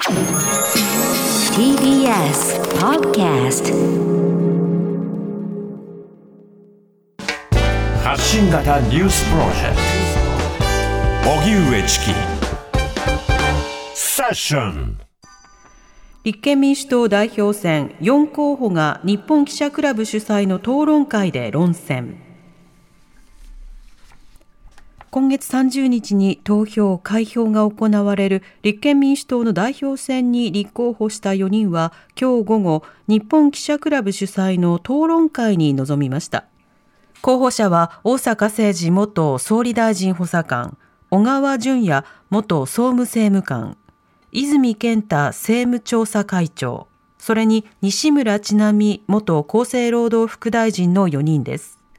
TBS Podcast 発信型ニュースプロジェクト荻上チキセッション。 立憲民主党代表選4候補が日本記者クラブ主催の討論会で論戦。今月30日に投票・開票が行われる立憲民主党の代表選に立候補した4人は今日午後、日本記者クラブ主催の討論会に臨みました。候補者は逢坂誠二元総理大臣補佐官、小川淳也元総務政務官、泉健太政務調査会長、それに西村智奈美元厚生労働副大臣の4人です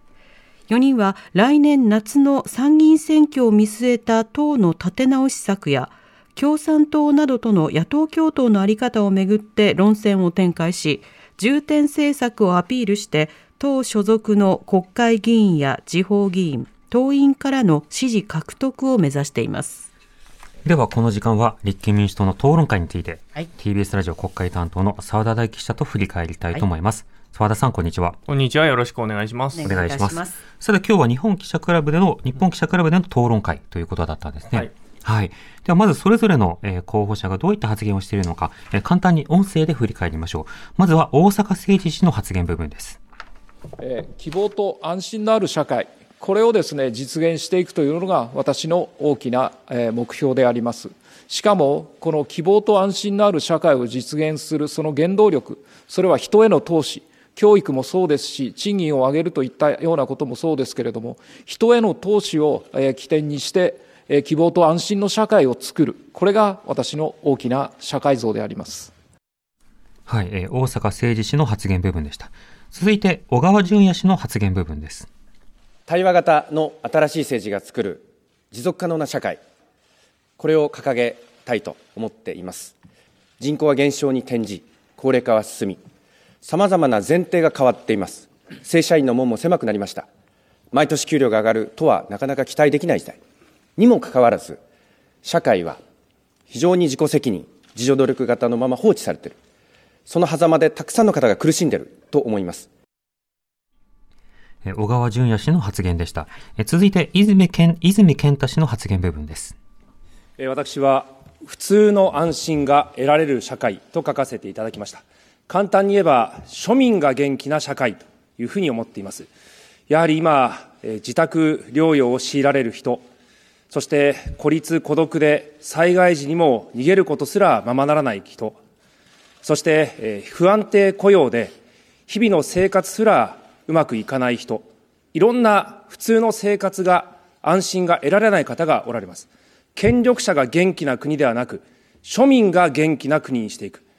。4人は来年夏の参議院選挙を見据えた党の立て直し策や共産党などとの野党共闘の在り方をめぐって論戦を展開し、重点政策をアピールして党所属の国会議員や地方議員、党員からの支持獲得を目指しています。 ではこの時間は立憲民主党の討論会について、TBS ラジオ国会担当の澤田大記者と振り返りたいと思います。澤田さん、こんにちは。 こんにちは、よろしくお願いします。 お願いします。さて今日は日本記者クラブでの討論会ということだったんですね。はい。ではまずそれぞれの候補者がどういった発言をしているのか、簡単に音声で振り返りましょう。まずは大坂誠二氏の発言部分です。 希望と安心のある社会、これをですね、実現していくというのが私の大きな目標であります。しかも、この希望と安心のある社会を実現するその原動力、それは人への投資、教育もそうですし、賃金を上げるといったようなこともそうですけれども、人への投資を起点にして、希望と安心の社会を作る、これが私の大きな社会像であります。 はい、大坂誠二氏の発言部分でした。続いて、小川淳也氏の発言部分です。 対話型の新しい政治が作る持続可能な社会、これを掲げたいと思っています。人口は減少に転じ、高齢化は進み、さまざまな前提が変わっています。正社員の門も狭くなりました。毎年給料が上がるとはなかなか期待できない時代にもかかわらず、社会は非常に自己責任、自助努力型のまま放置されている。その狭間でたくさんの方が苦しんでいると思います。 小川淳也氏の発言でした。続いて泉健太氏の発言部分です。 私は普通の安心が得られる社会と書かせていただきました。簡単に言えば庶民が元気な社会というふうに思っています。やはり今、自宅療養を強いられる人、そして孤立孤独で災害時にも逃げることすらままならない人、そして不安定雇用で日々の生活すらうまくいかない人、いろんな普通の生活が安心が得られない方がおられます。権力者が元気な国ではなく、庶民が元気な国にしていく。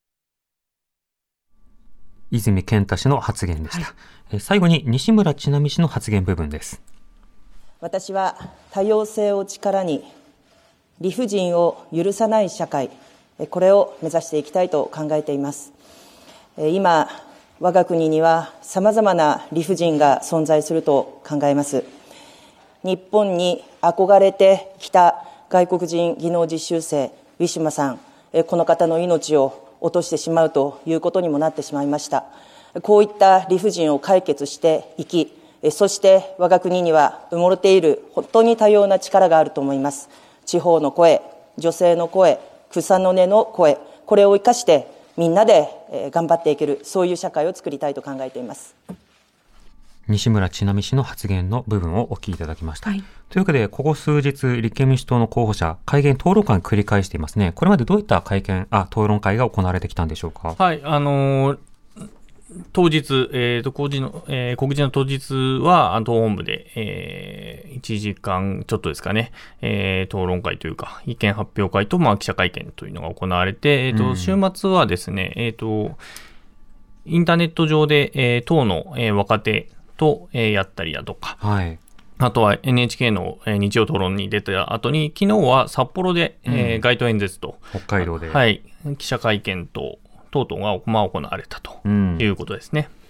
泉健太氏の発言でした。最後に西村智奈美氏の発言部分です。 私は多様性を力に理不尽を許さない社会、これを目指していきたいと考えています。今、我が国には様々な理不尽が存在すると考えます。日本に憧れてきた外国人技能実習生ウィシュマさん、この方の命を落としてしまうということにもなってしまいました。こういった理不尽を解決していき、そして我が国には埋もれている本当に多様な力があると思います。地方の声、女性の声、草の根の声、これを生かしてみんなで頑張っていける、そういう社会を作りたいと考えています。 西村智奈美氏の発言の部分をお聞きいただきました。というわけで、ここ数日、立憲民主党の候補者、会見討論会を繰り返していますね。これまでどういった討論会が行われてきたんでしょうか。 はい、当日、告示の当日は、党本部で、1時間ちょっとですかね、討論会というか、意見発表会と、記者会見というのが行われて、週末はですね、インターネット上で、党の、若手と、やったりだとか、あとは NHK の日曜討論に出た後に、昨日は札幌で、街頭演説と、 北海道で、 記者会見と、等々が行われたということですね。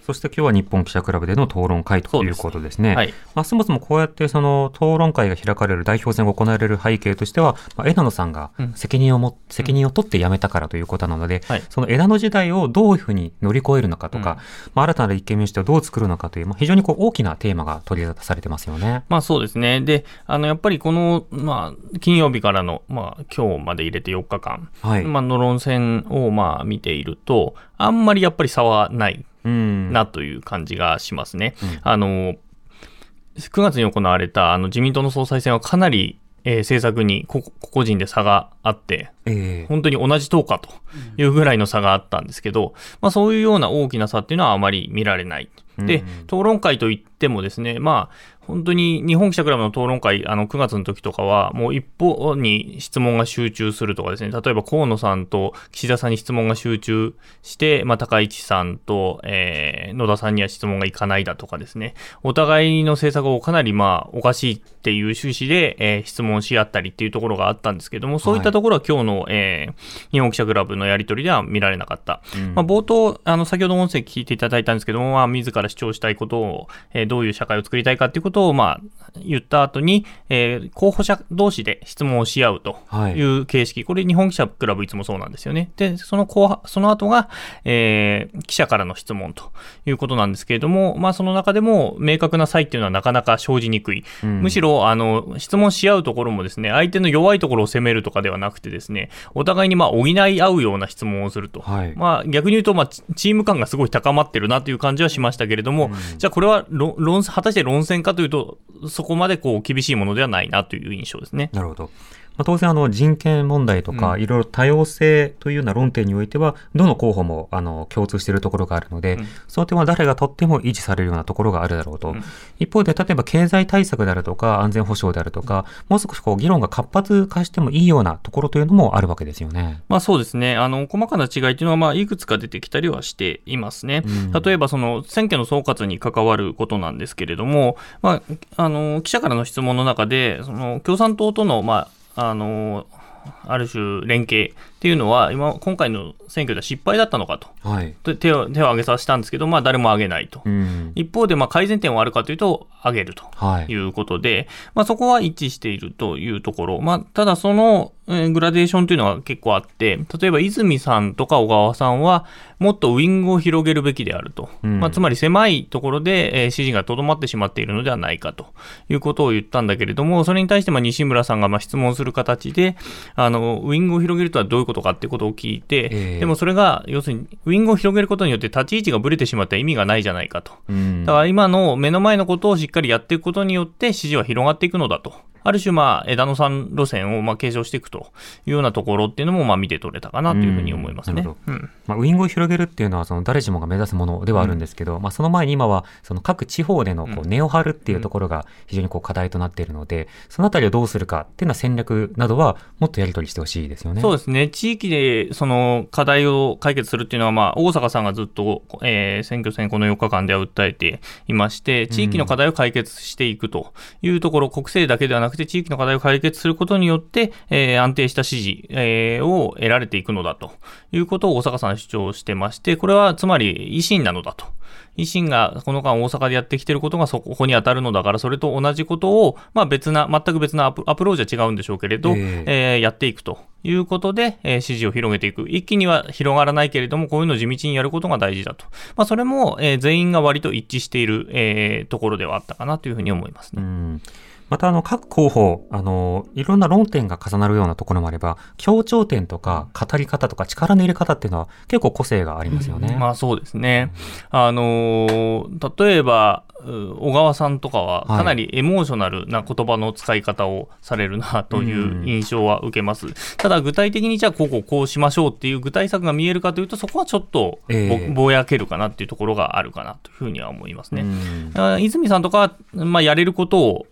そして今日は日本記者クラブでの討論会ということですね。 はい。 そもそもこうやってその討論会が開かれる、代表選が行われる背景としては、枝野さんが責任を取って辞めたからということなので、その枝野時代をどういうふうに乗り越えるのかとか、新たな立憲民主党をどう作るのかという、非常に大きなテーマが取り沙汰されてますよね。 そうですね。で、やっぱりこの、金曜日からの、今日まで入れて4日間、の論戦を見ていると、あんまりやっぱり差はないなという感じがしますね。9月に行われた自民党の総裁選はかなり政策に個々人で差があって、本当に同じ党かというぐらいの差があったんですけど、そういうような大きな差っていうのはあまり見られない。で、討論会といってもですね、本当に日本記者クラブの討論会、9月の時とかは、もう一方に質問が集中するとかですね、例えば河野さんと岸田さんに質問が集中して、高市さんと、野田さんには質問がいかないだとかですね、お互いの政策をかなりおかしいっていう趣旨で、質問し合ったりっていうところがあったんですけども、そういったところは今日の、日本記者クラブのやり取りでは見られなかった。冒頭、先ほど音声聞いていただいたんですけども、自ら主張したいことを、どういう社会を作りたいかっていうことを言った後に、候補者同士で質問をし合うという形式、これ日本記者クラブいつもそうなんですよね。で、その後が、記者からの質問ということなんですけれども、その中でも明確な差異っていうのはなかなか生じにくい。むしろ質問し合うところもですね、相手の弱いところを責めるとかではなくてですね、お互いに補い合うような質問をすると、逆に言うとチーム感がすごい高まってるなという感じはしましたけれども、じゃあこれは果たして論戦かというと、そこまで厳しいものではないなという印象ですね。 なるほど。当然人権問題とかいろいろ多様性というような論点においてはどの候補も共通しているところがあるので、その点は誰が取っても維持されるようなところがあるだろうと、一方で例えば経済対策であるとか安全保障であるとか、もう少し議論が活発化してもいいようなところというのもあるわけですよね。 そうですね。細かな違いというのはいくつか出てきたりはしていますね。例えば選挙の総括に関わることなんですけれども、記者からの質問の中で共産党とのある種連携っていうのは今回の選挙では失敗だったのかと、手を挙げさせたんですけど、誰も挙げないと、一方で改善点はあるかというと挙げるということで、そこは一致しているというところ、ただそのグラデーションというのは結構あって、例えば泉さんとか小川さんはもっとウイングを広げるべきであると、つまり狭いところで支持がとどまってしまっているのではないかということを言ったんだけれども、それに対して西村さんが質問する形でウイングを広げるとはどういうことかっていうことを聞いて、でもそれが要するにウイングを広げることによって立ち位置がぶれてしまったら意味がないじゃないかと、だから今の目の前のことをしっかりやっていくことによって支持は広がっていくのだと、ある種枝野さん路線を継承していくというようなところっていうのも見て取れたかなというふうに思いますね。 ウイングを広げるっていうのは誰しもが目指すものではあるんですけど、その前に今は各地方での根を張るっていうところが非常に課題となっているので、そのあたりをどうするかっていうのは戦略などはもっとやり取りしてほしいですよね。 そうですね。地域でその課題を解決するっていうのは大阪さんがずっと、選挙戦この4日間では訴えていまして、地域の課題を解決していくというところ、国政だけではなくて地域の課題を解決することによって、安定した支持、を得られていくのだということを大阪さんは主張してまして、これはつまり維新なのだと。維新がこの間大阪でやってきていることがそこに当たるのだから、それと同じことを、全く別なアプローチは違うんでしょうけれど、やっていくということで、支持を広げていく。一気には広がらないけれども、こういうのを地道にやることが大事だと。それも、全員が割と一致している、ところではあったかなというふうに思いますね。 また各候補いろんな論点が重なるようなところもあれば、強調点とか語り方とか力の入れ方っていうのは結構個性がありますよね。 そうですね。例えば小川さんとかはかなりエモーショナルな言葉の使い方をされるなという印象は受けます。ただ具体的にじゃあこうしましょうっていう具体策が見えるかというと、そこはちょっとぼやけるかなっていうところがあるかなというふうには思いますね。泉さんとかは、やれることを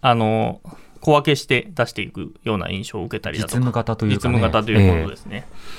小分けして出していくような印象を受けたりだとか、 実務型というか、 実務型ということですね。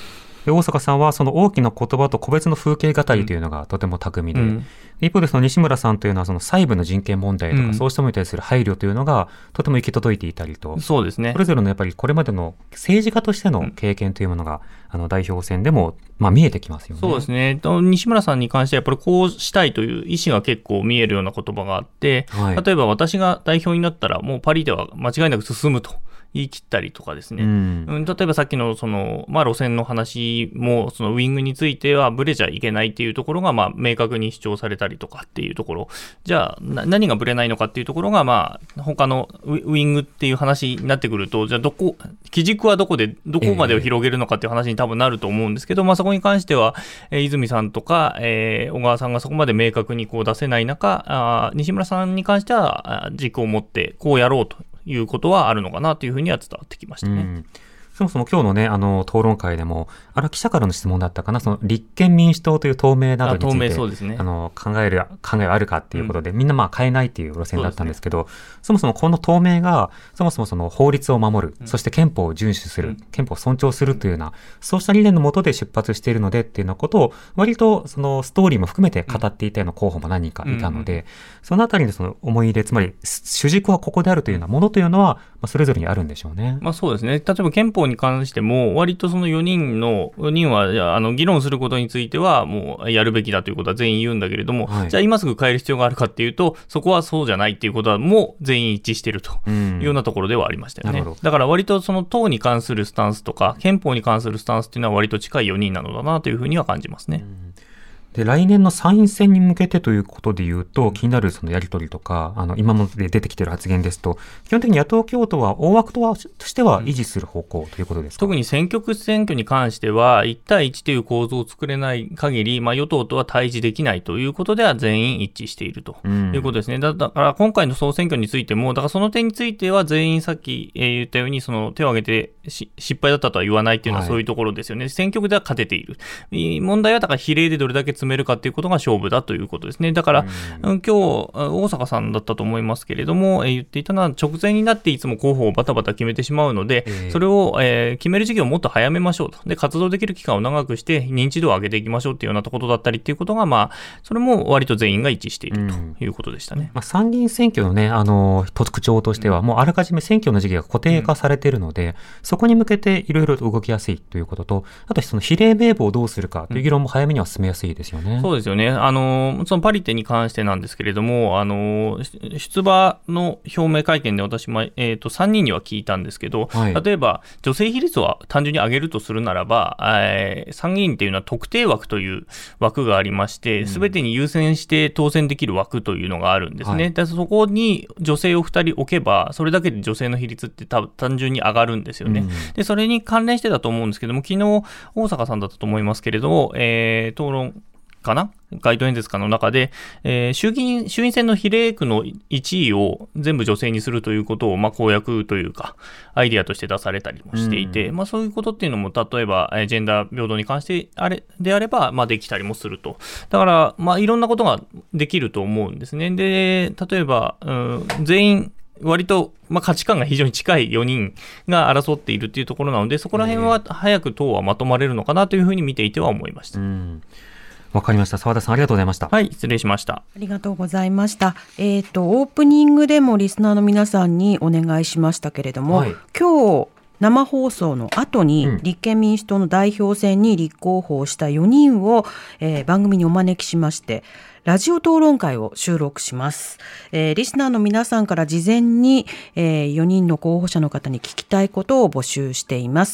で大阪さんはその大きな言葉と個別の風景語りというのがとても巧みで、一方でその西村さんというのはその細部の人権問題とか、そうしたものに対する配慮というのがとても行き届いていたりと、 そうですね。 それぞれのやっぱりこれまでの政治家としての経験というものが、代表選でも見えてきますよね。 そうですね。西村さんに関してはやっぱりこうしたいという意思が結構見えるような言葉があって、例えば私が代表になったらもうパリでは間違いなく進むと言い切ったりとかですね。例えばさっきの路線の話も、そのウィングについてはブレちゃいけないっていうところが明確に主張されたりとかっていうところ、じゃあ何がブレないのかっていうところが他のウィングっていう話になってくると、じゃあ基軸はどこまでを広げるのかっていう話に多分なると思うんですけど、そこに関しては泉さんとか小川さんがそこまで明確に出せない中、西村さんに関しては軸を持ってこうやろうということはあるのかなというふうには伝わってきましたね。 そもそも今日のね、討論会でも、記者からの質問だったかな、その立憲民主党という党名などについて、 そうですね、 考えはあるかっていうことで、みんな変えないっていう路線だったんですけど、そもそもこの党名が、そもそもその法律を守る、そして憲法を遵守する、憲法を尊重するというような、そうした理念の下で出発しているのでっていうようなことを、割とそのストーリーも含めて語っていたような候補も何人かいたので、そのあたりのその思い入れ、つまり主軸はここであるというようなものというのは、それぞれにあるんでしょうね。 そうですね。例えば憲法に関しても、割とその4人は議論することについてはもうやるべきだということは全員言うんだけれども、じゃあ今すぐ変える必要があるかっていうと、そこはそうじゃないっていうことはもう全員一致しているというようなところではありましたよね。だから割とその党に関するスタンスとか憲法に関するスタンスっていうのは割と近い4人なのだなというふうには感じますね。 で、来年の参院選に向けてということで言うと、気になるそのやり取りとか、今まで出てきている発言ですと、基本的に野党共闘は大枠としては維持する方向ということですか？ 特に選挙区選挙に関しては、1対1という構造を作れない限り、与党とは対峙できないということでは全員一致しているということですね。だから今回の総選挙についても、だからその点については全員さっき言ったように、その手を挙げて失敗だったとは言わないっていうのはそういうところですよね。選挙区では勝てている。問題はだから比例でどれだけ詰めるかということが勝負だということですね。だから、今日大阪さんだったと思いますけれども、言っていたのは直前になっていつも候補をバタバタ決めてしまうので、それを、決める時期をもっと早めましょうと。で、活動できる期間を長くして認知度を上げていきましょうというようなことだったりっていうことが、それも割と全員が一致しているということでしたね。 参議院選挙のね、特徴としては、もうあらかじめ選挙の時期が固定化されているので、そこに向けていろいろと動きやすいということと、あとその比例名簿をどうするかという議論も早めには進めやすいですよね。 そうですよね。そのパリテに関してなんですけれども、出馬の表明会見で私も、3人には聞いたんですけど、例えば女性比率を単純に上げるとするならば、参議院っていうのは特定枠という枠がありまして、すべてに優先して当選できる枠というのがあるんですね。そこに女性を2人置けば、それだけで女性の比率って単純に上がるんですよね。で、それに関連してだと思うんですけども、昨日大阪さんだったと思いますけれど、討論かな街頭演説かの中で、衆院選の比例区の1位を全部女性にするということを、公約というかアイディアとして出されたりもしていて、そういうことっていうのも例えばジェンダー平等に関してであれば、できたりもすると。だから、いろんなことができると思うんですね。で、例えば、全員割と、価値観が非常に近い4人が争っているというところなので、そこら辺は早く党はまとまれるのかなというふうに見ていては思いました。 わかりました。澤田さん、ありがとうございました。 はい、失礼しました。 ありがとうございました。オープニングでもリスナーの皆さんにお願いしましたけれども、今日生放送の後に立憲民主党の代表選に立候補した4人を、番組にお招きしまして、ラジオ討論会を収録します。リスナーの皆さんから事前に、4人の候補者の方に聞きたいことを募集しています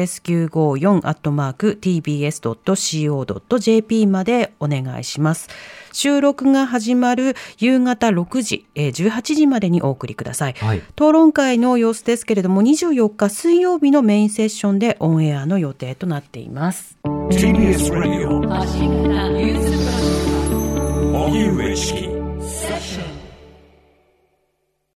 。ss954@tbs.co.jp までお願いします。収録が始まる夕方6時、18時までにお送りください。討論会の様子ですけれども、24日水曜日のメインセッションでオンエアの予定となっています。 TBS Radio